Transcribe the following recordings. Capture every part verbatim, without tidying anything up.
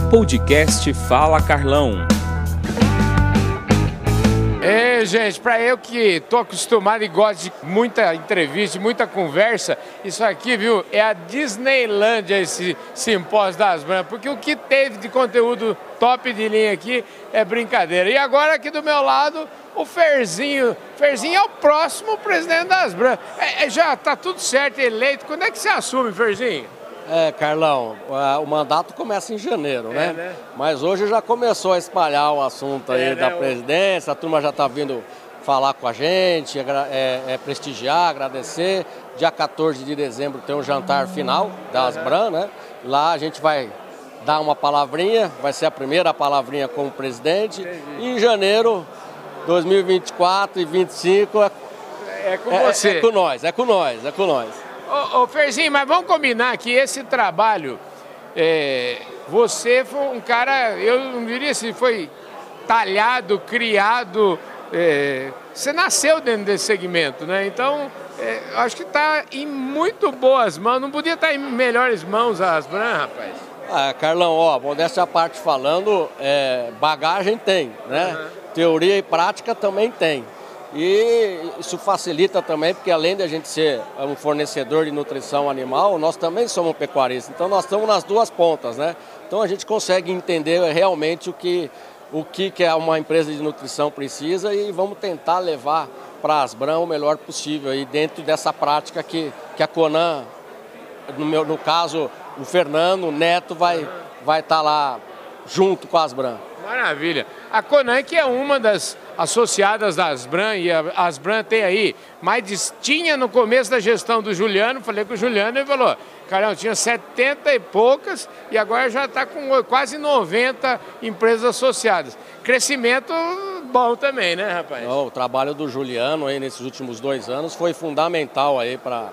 Podcast Fala Carlão. É, gente, para eu que tô acostumado e gosto de muita entrevista, de muita conversa, isso aqui, viu, é a Disneylândia, esse simpósio das Bran, porque o que teve de conteúdo top de linha aqui é brincadeira. E agora aqui do meu lado, o Ferzinho. Ferzinho é o próximo presidente das Bran. É, é, já tá tudo certo, eleito. Quando é que você assume, Ferzinho? É, Carlão, o mandato começa em janeiro, né? É, né? Mas hoje já começou a espalhar o assunto aí É, da né? presidência, a turma já está vindo falar com a gente, é, é, prestigiar, agradecer. Dia quatorze de dezembro tem um jantar final das Uhum. Bran, né? Lá a gente vai dar uma palavrinha, vai ser a primeira palavrinha como presidente. Entendi. E em janeiro de dois mil e vinte e quatro e vinte e cinco é, É com é, você. é com nós, é com nós, é com nós. Ô, ô Ferzinho, mas vamos combinar que esse trabalho, é, você foi um cara, eu não diria se foi talhado, criado, é, você nasceu dentro desse segmento, né? Então, é, acho que está em muito boas mãos, não podia estar em melhores mãos as Bran, rapaz. Ah, Carlão, ó, modéstia à parte falando, é, bagagem tem, né? Uhum. Teoria e prática também tem. E isso facilita também, porque além de a gente ser um fornecedor de nutrição animal, nós também somos pecuaristas. Então nós estamos nas duas pontas, né? Então a gente consegue entender realmente o que, o que que uma empresa de nutrição precisa e vamos tentar levar para as Bran o melhor possível aí dentro dessa prática que, que a Conan, no, meu, no caso, o Fernando, o Neto, vai vai estar lá junto com as Bran. Maravilha. A Conan, que é uma das associadas das Bran, e a, as Bran tem aí, mas tinha no começo da gestão do Juliano, falei com o Juliano, ele falou, caramba, tinha setenta e poucas e agora já está com quase noventa empresas associadas. Crescimento bom também, né, rapaz? Não, o trabalho do Juliano aí nesses últimos dois anos foi fundamental aí para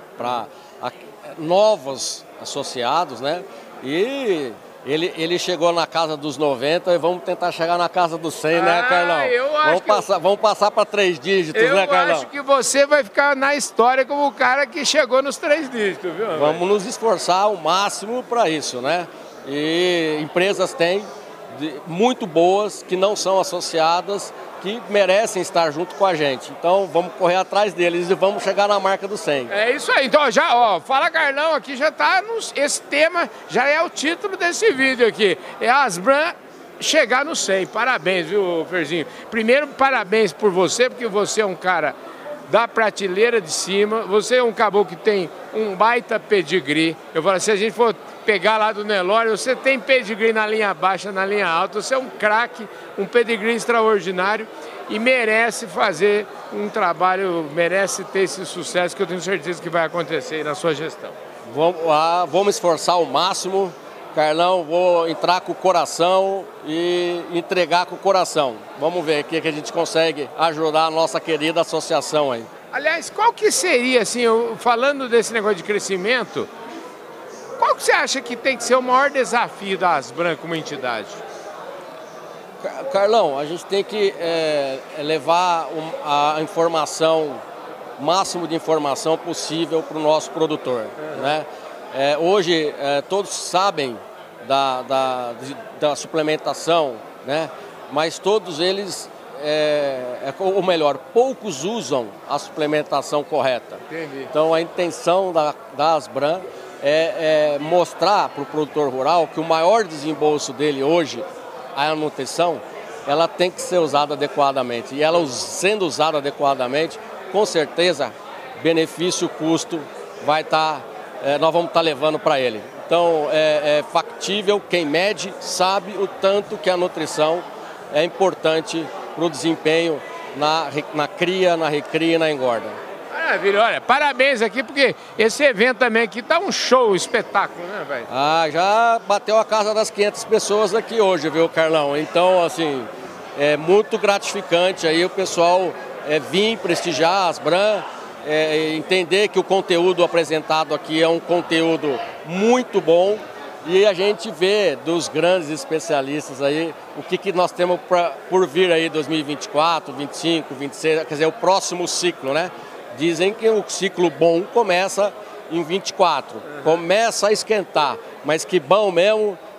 novos associados, né? E Ele, ele chegou na casa dos noventa e vamos tentar chegar na casa dos cem, ah, né, Carlão? Eu acho vamos, que passar, eu... vamos passar para três dígitos, eu né, Carlão? Eu acho que você vai ficar na história como o cara que chegou nos três dígitos, viu? Vamos véio? nos esforçar ao máximo para isso, né? E empresas têm de, muito boas que não são associadas, que merecem estar junto com a gente. Então vamos correr atrás deles e vamos chegar na marca do cem. É isso aí. Então já, ó, Fala Carlão aqui já tá nos, esse tema já é o título desse vídeo aqui. É as Bran chegar no cem. Parabéns, viu, Ferzinho? Primeiro, parabéns por você, porque você é um cara da prateleira de cima. Você é um caboclo que tem um baita pedigree. Eu falo, se a gente for pegar lá do Nelore, você tem pedigree na linha baixa, na linha alta, você é um craque, um pedigree extraordinário e merece fazer um trabalho, merece ter esse sucesso que eu tenho certeza que vai acontecer na sua gestão. Vamos, ah, vamos esforçar ao máximo, Carlão, vou entrar com o coração e entregar com o coração. Vamos ver o que a gente consegue ajudar a nossa querida associação aí. Aliás, qual que seria, assim, falando desse negócio de crescimento, qual que você acha que tem que ser o maior desafio das Bran como entidade? Carlão, a gente tem que é, levar a informação, o máximo de informação possível para o nosso produtor. Uhum. Né? É, hoje, é, todos sabem da, da, da suplementação, né? Mas todos eles, é, ou melhor, poucos usam a suplementação correta. Entendi. Então, a intenção da, das Bran é, é mostrar para o produtor rural que o maior desembolso dele hoje, a nutrição, ela tem que ser usada adequadamente. E ela sendo usada adequadamente, com certeza, benefício-custo vai estar, é, nós vamos estar levando para ele. Então, é, é factível, quem mede sabe o tanto que a nutrição é importante para o desempenho na, na cria, na recria e na engorda. Maravilha, olha, parabéns aqui, porque esse evento também aqui tá um show, um espetáculo, né, velho? Ah, já bateu a casa das quinhentas pessoas aqui hoje, viu, Carlão? Então, assim, é muito gratificante aí o pessoal é, vir prestigiar as Bran, é, entender que o conteúdo apresentado aqui é um conteúdo muito bom e a gente vê dos grandes especialistas aí o que, que nós temos pra, por vir aí dois mil e vinte e quatro, vinte e cinco, vinte e seis, quer dizer, o próximo ciclo, né? Dizem que o ciclo bom começa em vinte e quatro, uhum. Começa a esquentar, mas que bom mesmo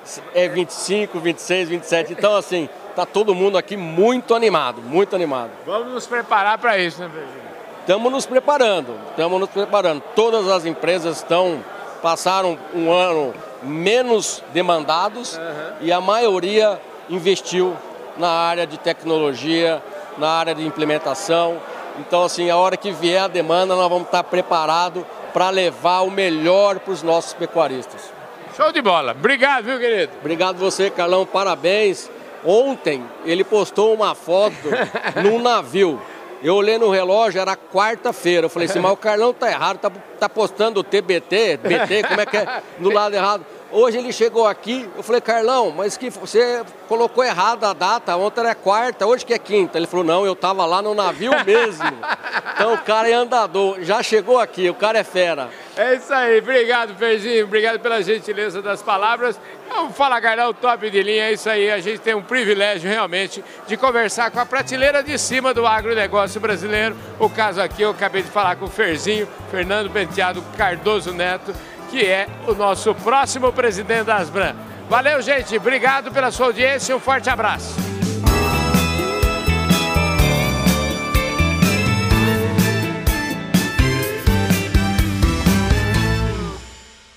é vinte e cinco, vinte e seis, vinte e sete. Então, assim, tá todo mundo aqui muito animado, muito animado. Vamos nos preparar para isso, né, Ferzinho? Estamos nos preparando, estamos nos preparando. Todas as empresas estão, passaram um ano menos demandados, uhum. E a maioria investiu na área de tecnologia, na área de implementação. Então, assim, a hora que vier a demanda, nós vamos estar preparados para levar o melhor para os nossos pecuaristas. Show de bola. Obrigado, viu, querido? Obrigado você, Carlão. Parabéns. Ontem ele postou uma foto num navio. Eu olhei no relógio, era quarta-feira. Eu falei assim, mas o Carlão tá errado, tá, tá postando o T B T, B T, como é que é, do lado errado. Hoje ele chegou aqui, eu falei, Carlão, mas que você colocou errado a data, ontem era quarta, hoje que é quinta. Ele falou, não, eu tava lá no navio mesmo. Então o cara é andador, já chegou aqui, o cara é fera. É isso aí, obrigado, Ferzinho, obrigado pela gentileza das palavras. Então, Fala Carlão, top de linha, é isso aí, a gente tem um privilégio realmente de conversar com a prateleira de cima do agronegócio brasileiro. O caso aqui, eu acabei de falar com o Ferzinho, Fernando Penteado Cardoso Neto, que é o nosso próximo presidente da Asbram. Valeu, gente, obrigado pela sua audiência e um forte abraço.